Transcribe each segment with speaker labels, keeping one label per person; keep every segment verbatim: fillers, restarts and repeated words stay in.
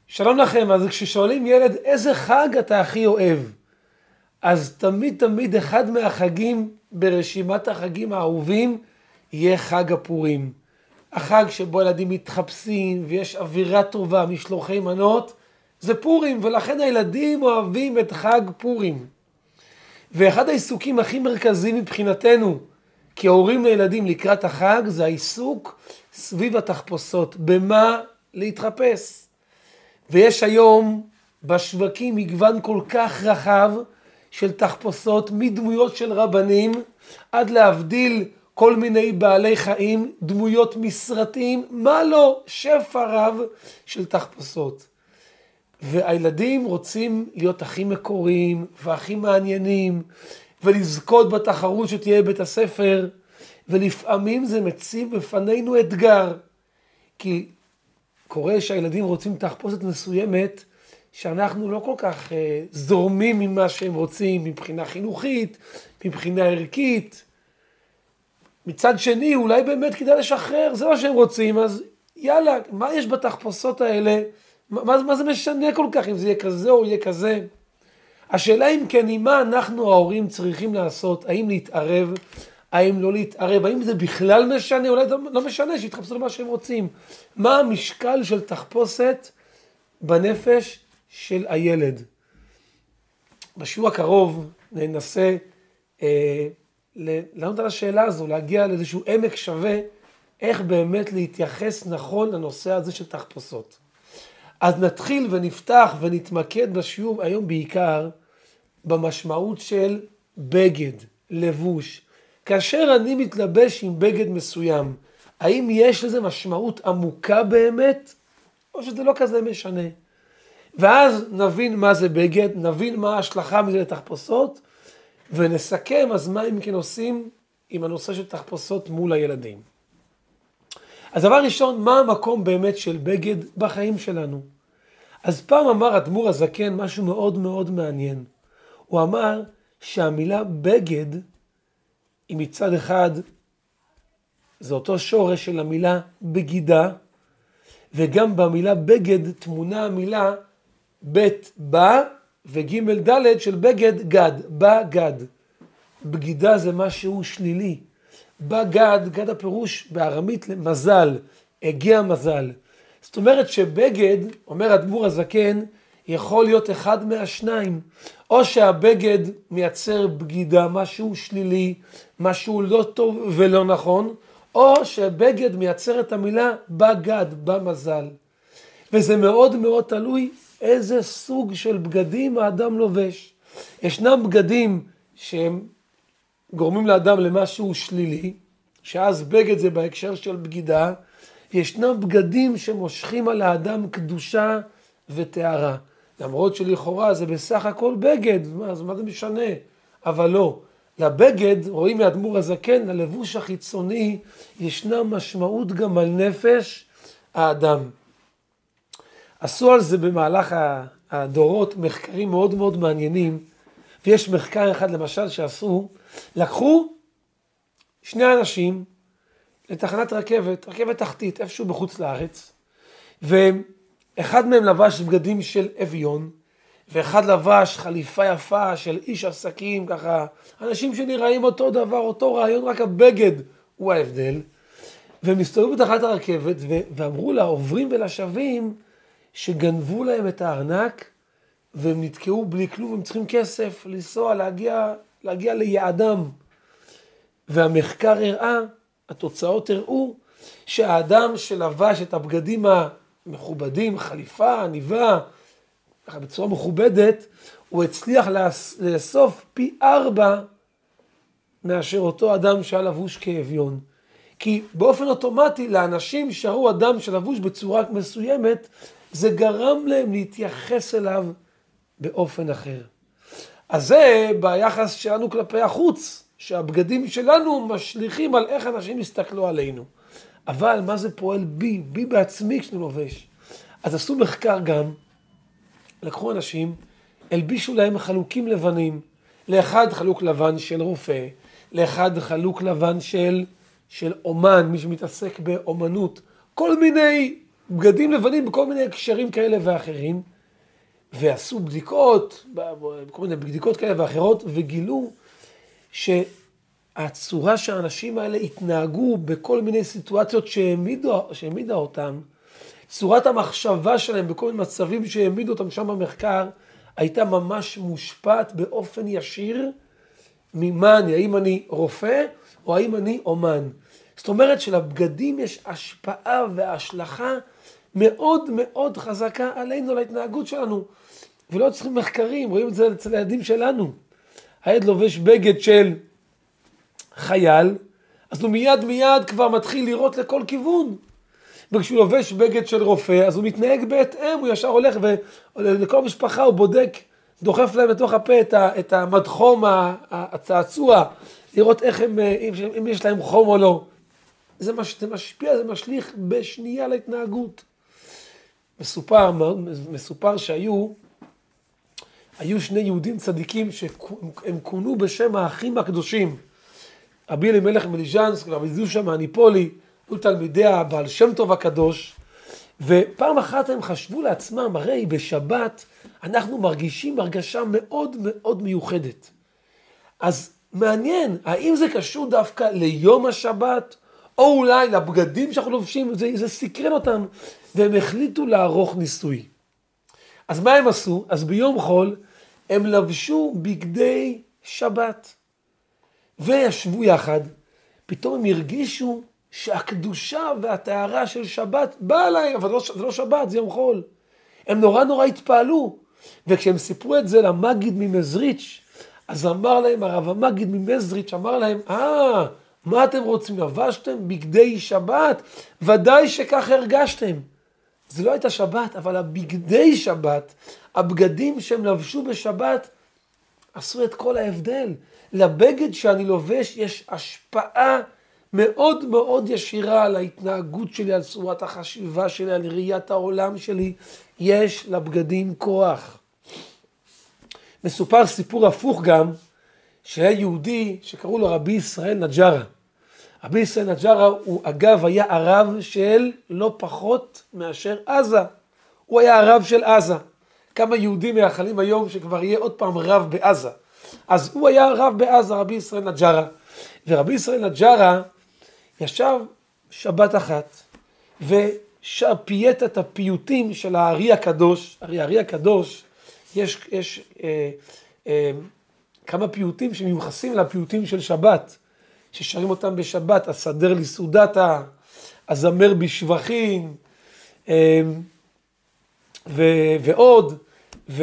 Speaker 1: שלום לכם. אז כששואלים ילד איזה חג אתה הכי אוהב, אז תמיד תמיד אחד מהחגים ברשימת החגים האהובים יהיה חג הפורים. החג שבו ילדים מתחפשים ויש אווירה טובה, משלוחי מנות, זה פורים, ולכן הילדים אוהבים את חג פורים. ואחד העיסוקים הכי מרכזיים מבחינתנו כהורים לילדים לקראת החג זה העיסוק סביב התחפושות, במה להתחפש. ויש היום בשווקים מגוון כל כך רחב של תחפושות, מדמויות של רבנים עד להבדיל כל מיני בעלי חיים, דמויות מסרטים, מה לא, שפע רב של תחפושות. והילדים רוצים להיות הכי מקוריים והכי מעניינים ולזכות בתחרות שתהיה בבית הספר, ולפעמים זה מציב בפנינו אתגר, כי קורה שהילדים רוצים תחפושת מסוימת שאנחנו לא כל כך אה, זורמים ממה שהם רוצים מבחינה חינוכית, מבחינה ערכית. מצד שני אולי באמת כדאי לשחרר, זה מה שהם רוצים, אז יאללה, מה יש בתחפושות האלה? מה, מה זה משנה כל כך אם זה יהיה כזה או יהיה כזה? השאלה אם כן, היא מה אנחנו ההורים צריכים לעשות, האם להתערב, האם לא להתערב, האם זה בכלל משנה, אולי לא משנה, שיתחפשו למה שהם רוצים. מה המשקל של תחפושת בנפש של הילד? בשיעור הקרוב ננסה אה, לענות על השאלה הזו, להגיע לאיזשהו עמק שווה, איך באמת להתייחס נכון לנושא הזה של תחפושות. אז נתחיל ונפתח ונתמקד בשיעור היום בעיקר במשמעות של בגד, לבוש. כאשר אני מתלבש עם בגד מסוים, האם יש לזה משמעות עמוקה באמת, או שזה לא כזה משנה? ואז נבין מה זה בגד, נבין מה ההשלכה מזה לתחפושות, ונסכם אז מה אם כן עושים עם הנושא של תחפושות מול הילדים. אז דבר ראשון, מה המקום באמת של בגד בחיים שלנו? אז פעם אמר אדמו"ר הזקן משהו מאוד מאוד מעניין. הוא אמר שהמילה בגד, היא מצד אחד, זה אותו שורש של המילה בגידה, וגם במילה בגד תמונה המילה בית בא, וג' ד' של בגד גד, בגד. בגידה זה משהו שלילי. בגד, גד הפירוש בארמית למזל, הגיע מזל. זאת אומרת שבגד, אומר אדמו"ר הזקן, יכול להיות אחד מהשניים. או שהבגד מייצר בגידה, משהו שלילי, משהו לא טוב ולא נכון, או שבגד מייצר את המילה בגד, במזל. וזה מאוד מאוד תלוי איזה סוג של בגדים האדם לובש. ישנם בגדים שהם גורמים לאדם למשהו שלילי, שאז בגד זה בהקשר של בגידה, ישנם בגדים שמושכים על האדם קדושה וטהרה. למרות שלכאורה זה בסך הכל בגד, אז מה זה משנה? אבל לא. לבגד, רואים מאדמו"ר הזקן, ללבוש החיצוני, ישנה משמעות גם על נפש האדם. עשו על זה במהלך הדורות מחקרים מאוד מאוד מעניינים, ויש מחקר אחד למשל שעשו, לקחו שני אנשים לתחנת רכבת, רכבת תחתית, איפשהו בחוץ לארץ, ואחד מהם לבש בגדים של אביון, ואחד לבש חליפה יפה של איש עסקים, ככה, אנשים שנראים אותו דבר, אותו רעיון, רק הבגד הוא ההבדל, והם הסתובבו בתחנת הרכבת, ואמרו לעוברים ולשבים, שגנבו להם את הארנק, והם נתקעו בלי כלום, הם צריכים כסף, לנסוע, להגיע, להגיע ליעדם. והמחקר הראה, התוצאות הראו, שהאדם שלבש את הבגדים המכובדים, חליפה, עניבה, ככה בצורה מכובדת, הוא הצליח לאסוף פי ארבע מאשר אותו אדם שהיה לבוש כאביון. כי באופן אוטומטי, לאנשים שראו אדם שלבוש בצורה מסוימת, זה גרם להם להתייחס אליו באופן אחר. אז זה ביחס שלנו כלפי החוץ, שהבגדים שלנו משליכים על איך אנשים יסתכלו עלינו. אבל מה זה פועל בי, בי בעצמי כשאני לובש? אז עשו מחקר גם, לקחו אנשים, הלבישו להם חלוקים לבנים, לאחד חלוק לבן של רופא, לאחד חלוק לבן של, של אומן, מי שמתעסק באומנות, כל מיני בגדים לבנים בכל מיני הקשרים כאלה ואחרים, ועשו בדיקות, בכל מיני בדיקות כאלה ואחרות, וגילו שהצורה שהאנשים האלה התנהגו בכל מיני סיטואציות שהעמידו, שהעמידה אותם, צורת המחשבה שלהם בכל מיני מצבים שהעמידו אותם שם במחקר, הייתה ממש מושפעת באופן ישיר ממה אני, האם אני רופא או האם אני אומן. זאת אומרת שלבגדים יש השפעה והשלכה מאוד מאוד חזקה עלינו, על ההתנהגות שלנו. ולא צריכים מחקרים, רואים את זה אצל הילדים שלנו. הילד לובש בגד של חייל, אז הוא מיד מיד כבר מתחיל לראות לכל כיוון. וכשהוא לובש בגד של רופא, אז הוא מתנהג בהתאם, הוא ישר הולך ולכל משפחה הוא בודק, דוחף להם לתוך הפה את המדחום, הצעצוע, לראות איך הם, אם יש להם חום או לא. זה משפיע, זה משליך בשנייה להתנהגות. מסופר, מסופר שהיו, היו שני יהודים צדיקים שהם כונו בשם האחים הקדושים. רבי אלימלך מליז'נסק ורבי זושה מהניפולי, היו תלמידי הבעל שם טוב הקדוש, ופעם אחת הם חשבו לעצמם, הרי בשבת אנחנו מרגישים הרגשה מאוד מאוד מיוחדת. אז מעניין, האם זה קשור דווקא ליום השבת, או אולי לבגדים שאנחנו לובשים, זה, זה סקרן אותם, והם החליטו לערוך ניסוי. אז מה הם עשו? אז ביום חול הם לבשו בגדי שבת, וישבו יחד, פתאום הם הרגישו שהקדושה והטהרה של שבת באה להם, אבל לא, זה לא שבת, זה יום חול. הם נורא נורא התפעלו, וכשהם סיפרו את זה למגיד ממזריץ', אז אמר להם, הרב המגיד ממזריץ' אמר להם, אה, מה אתם רוצים? לבשתם בגדי שבת? ודאי שכך הרגשתם. זה לא הייתה שבת, אבל הבגדי שבת, הבגדים שהם לבשו בשבת, עשו את כל ההבדל. לבגד שאני לובש יש השפעה מאוד מאוד ישירה על ההתנהגות שלי, על צורת החשיבה שלי, על ראיית העולם שלי. יש לבגדים כוח. מסופר סיפור הפוך גם, שהיה יהודי שקראו לו רבי ישראל נג'רה. רבי ישראל נג'רה הוא אגב היה הרב של לא פחות מאשר עזה. הוא היה הרב של עזה. כמה יהודים מייחלים היום שכבר יהיה עוד פעם רב בעזה. אז הוא היה רב בעזה, רבי ישראל נג'רה. ורבי ישראל נג'רה ישב שבת אחת, ופייט את הפיוטים של הארי הקדוש. הרי הארי הקדוש, יש, יש אה, אה, כמה פיוטים שמיוחסים לפיוטים של שבת, ששרים אותם בשבת, הסדר לסעודתה, הזמר בשבחין, אה, ו, ועוד, ו...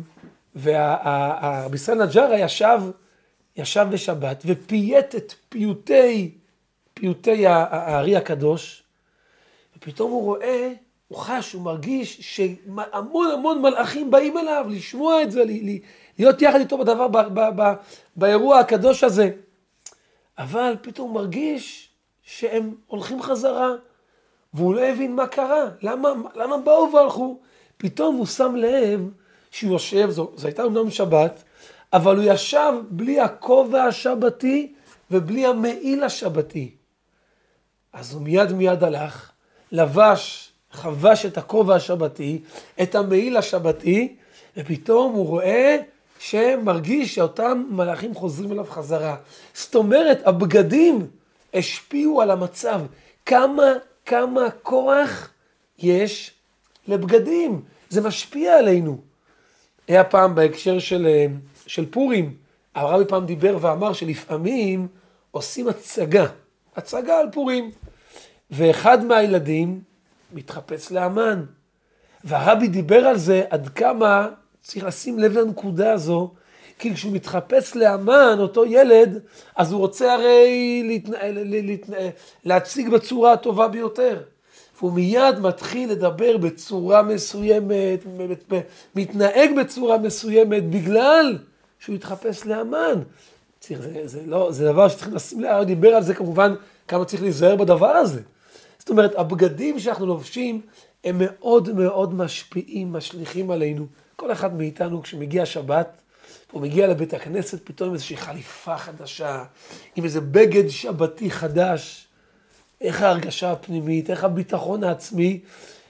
Speaker 1: והרבי ישראל נג'רה ישב, ישב בשבת ופייט את פיוטי, פיוטי הארי הקדוש, ופתאום הוא רואה, הוא חש, הוא מרגיש שהמון המון מלאכים באים אליו לשמוע את זה, להיות יחד איתו בדבר, ב, ב, ב, באירוע הקדוש הזה. אבל פתאום הוא מרגיש שהם הולכים חזרה, והוא לא הבין מה קרה, למה, למה באו והלכו? פתאום הוא שם לב, שהוא יושב, זו, זו הייתה אמנם שבת, אבל הוא ישב בלי הכובע השבתי ובלי המעיל השבתי. אז הוא מיד מיד הלך, לבש, חבש את הכובע השבתי, את המעיל השבתי, ופתאום הוא רואה שמרגיש שאותם מלאכים חוזרים אליו חזרה. זאת אומרת, הבגדים השפיעו על המצב. כמה, כמה כוח יש לבגדים. זה משפיע עלינו. היה פעם בהקשר של, של פורים, הרבי פעם דיבר ואמר שלפעמים עושים הצגה, הצגה על פורים, ואחד מהילדים מתחפש לאמן, והרבי דיבר על זה עד כמה צריך לשים לב לנקודה הזו, כי כשהוא מתחפש לאמן, אותו ילד, אז הוא רוצה הרי להתנה, להתנה, להציג בצורה הטובה ביותר. והוא מיד מתחיל לדבר בצורה מסוימת, מתנהג בצורה מסוימת, בגלל שהוא יתחפש לאמן. זה, זה, לא, זה דבר שצריכים לשים לב, דיבר על זה כמובן, כמה צריך להיזהר בדבר הזה. זאת אומרת, הבגדים שאנחנו לובשים, הם מאוד מאוד משפיעים, משליכים עלינו. כל אחד מאיתנו, כשמגיע שבת, הוא מגיע לבית הכנסת, פתאום עם איזושהי חליפה חדשה, עם איזה בגד שבתי חדש, איך ההרגשה הפנימית, איך הביטחון העצמי,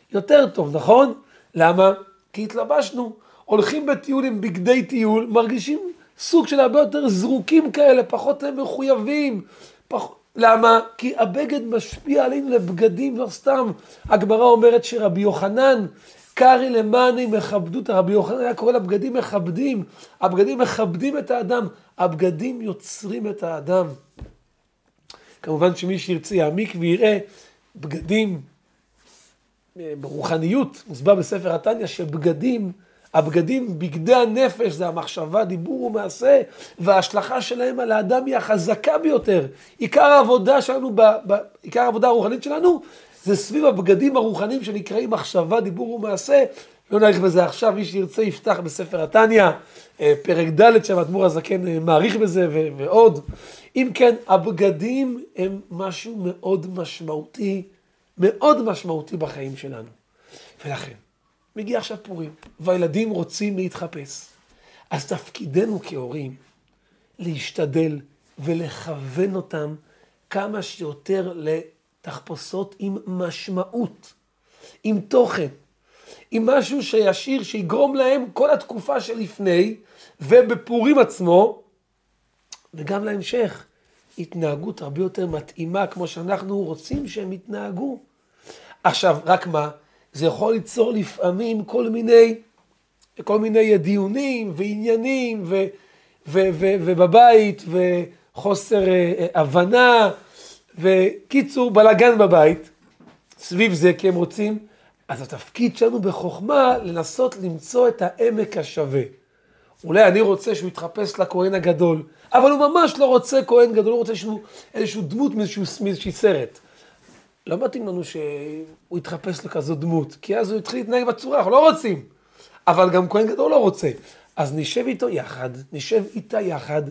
Speaker 1: יותר טוב, נכון? למה? כי התלבשנו, הולכים בטיול עם בגדי טיול, מרגישים סוג של הרבה יותר זרוקים כאלה, פחות מחויבים. פח... למה? כי הבגד משפיע עלינו לבגדים, לא סתם. הגמרא אומרת שרבי יוחנן, קרי למעני מכבדות, רבי יוחנן היה קורא לבגדים מכבדים, הבגדים מכבדים את האדם, הבגדים יוצרים את האדם. כמובן שמי שירצה יעמיק ויראה בגדים ברוחניות, מוסבר בספר התניא שבגדים, הבגדים, בגדי הנפש, זה המחשבה, דיבור ומעשה, וההשלכה שלהם על האדם היא החזקה ביותר. עיקר העבודה שלנו, ב, ב, עיקר העבודה הרוחנית שלנו, זה סביב הבגדים הרוחניים שנקראים מחשבה, דיבור ומעשה. לא נעריך בזה עכשיו, מי שירצה יפתח בספר התניא, פרק ד' שהאדמו"ר הזקן מעריך בזה ו- ועוד. אם כן, הבגדים הם משהו מאוד משמעותי, מאוד משמעותי בחיים שלנו. ולכן, מגיע עכשיו פורים, והילדים רוצים להתחפש. אז תפקידנו כהורים, להשתדל ולכוון אותם כמה שיותר לתחפושות עם משמעות, עם תוכן, עם משהו שישיר, שיגרום להם כל התקופה שלפני, ובפורים עצמו, וגם להמשך, התנהגות הרבה יותר מתאימה, כמו שאנחנו רוצים שהם יתנהגו. עכשיו, רק מה? זה יכול ליצור לפעמים כל מיני, כל מיני דיונים ועניינים, ו, ו, ו, ובבית, וחוסר הבנה, וקיצור, בלגן בבית, סביב זה, כי הם רוצים. אז התפקיד שלנו בחוכמה, לנסות למצוא את העמק השווה. אולי אני רוצה שהוא יתחפש לכהן הגדול, אבל הוא ממש לא רוצה כהן גדול, הוא רוצה איזשהו, איזשהו דמות מאיזשהו סרט. לא מתאים לנו שהוא יתחפש לכזו דמות, כי אז הוא יתחיל להתנהג בצורה, אנחנו לא רוצים. אבל גם כהן גדול לא רוצה. אז נשב איתו יחד, נשב איתה יחד,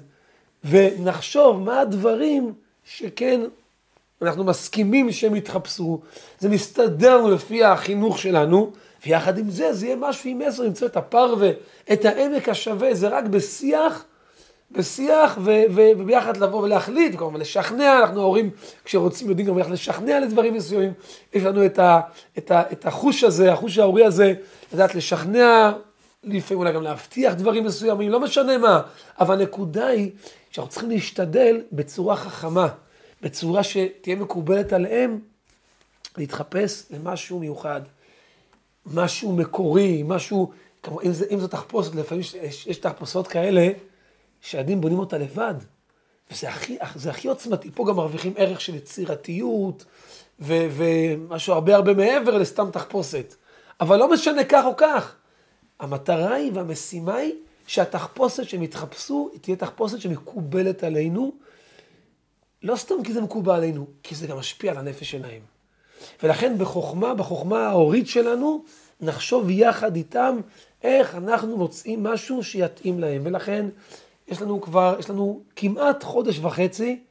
Speaker 1: ונחשוב מה הדברים שכן אנחנו מסכימים שהם יתחפשו, זה מסתדר לנו לפי החינוך שלנו, ויחד עם זה, זה יהיה משהו עם עשר, למצוא את הפרווה, את העמק השווה, זה רק בשיח, בשיח ו- ו- וביחד לבוא ולהחליט, כלומר לשכנע, אנחנו ההורים כשרוצים יודעים גם איך לשכנע לדברים מסוימים, יש לנו את, ה- את, ה- את החוש הזה, החוש ההורי הזה, לדעת לשכנע, לפעמים אולי גם להבטיח דברים מסוימים, לא משנה מה, אבל הנקודה היא שאנחנו צריכים להשתדל בצורה חכמה, בצורה שתהיה מקובלת עליהם, להתחפש למשהו מיוחד, משהו מקורי, משהו, כמו, אם, זה, אם זו תחפושת, לפעמים יש, יש תחפושות כאלה, שהילדים בונים אותה לבד, וזה הכי, זה הכי עוצמתי, פה גם מרוויחים ערך של יצירתיות, ו, ומשהו הרבה הרבה מעבר לסתם תחפושת. אבל לא משנה כך או כך, המטרה היא והמשימה היא, שהתחפושת שהם יתחפשו, תהיה תחפושת שמקובלת עלינו, לא סתם כי זה מקובל עלינו, כי זה גם משפיע על הנפש שלהם. ולכן בחוכמה, בחוכמה ההורית שלנו, נחשוב יחד איתם איך אנחנו מוצאים משהו שיתאים להם. ולכן יש לנו כבר, יש לנו כמעט חודש וחצי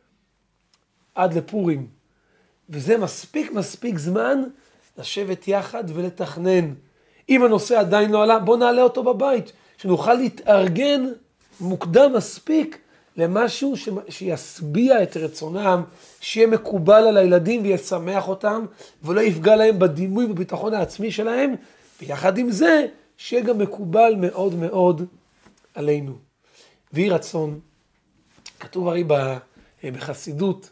Speaker 1: עד לפורים. וזה מספיק מספיק זמן לשבת יחד ולתכנן. אם הנושא עדיין לא עלה, בוא נעלה אותו בבית, שנוכל להתארגן מוקדם מספיק למשהו שיסביע את רצונם, שיהיה מקובל על הילדים וישמח אותם, ולא יפגע להם בדימוי ובביטחון העצמי שלהם, ויחד עם זה, שיהיה גם מקובל מאוד מאוד עלינו. ויהי רצון, כתוב הרי בחסידות,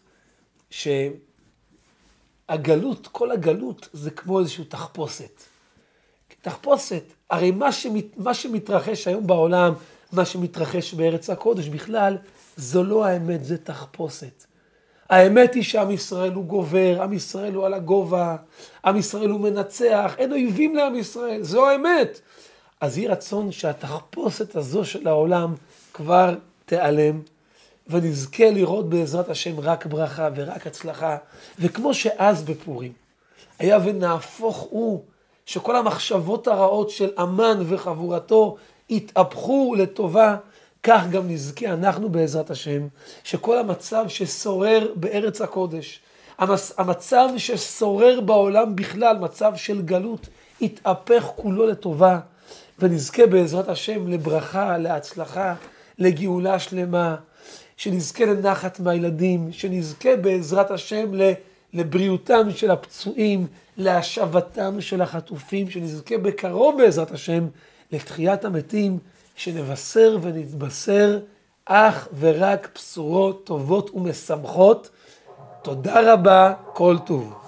Speaker 1: שהגלות, כל הגלות, זה כמו איזושהי תחפושת. תחפושת, הרי מה, שמת, מה שמתרחש היום בעולם, מה שמתרחש בארץ הקודש בכלל, זו לא האמת, זה תחפושת. האמת היא שעם ישראל הוא גובר, עם ישראל הוא על הגובה, עם ישראל הוא מנצח, אין אויבים לעם ישראל, זו האמת. אז יהי רצון שהתחפושת הזו של העולם כבר תיעלם, ונזכה לראות בעזרת השם רק ברכה ורק הצלחה. וכמו שאז בפורים, היה ונהפוך הוא, שכל המחשבות הרעות של אמן וחבורתו התהפכו לטובה, כך גם נזכה אנחנו בעזרת השם, שכל המצב ששורר בארץ הקודש, המצב ששורר בעולם בכלל, מצב של גלות, יתהפך כולו לטובה, ונזכה בעזרת השם לברכה, להצלחה, לגאולה שלמה, שנזכה לנחת מהילדים, שנזכה בעזרת השם לבריאותם של הפצועים, להשבתם של החטופים, שנזכה בקרוב בעזרת השם לתחיית המתים, שנבשר ונתבשר אך ורק בשורות טובות ומשמחות. תודה רבה, כל טוב.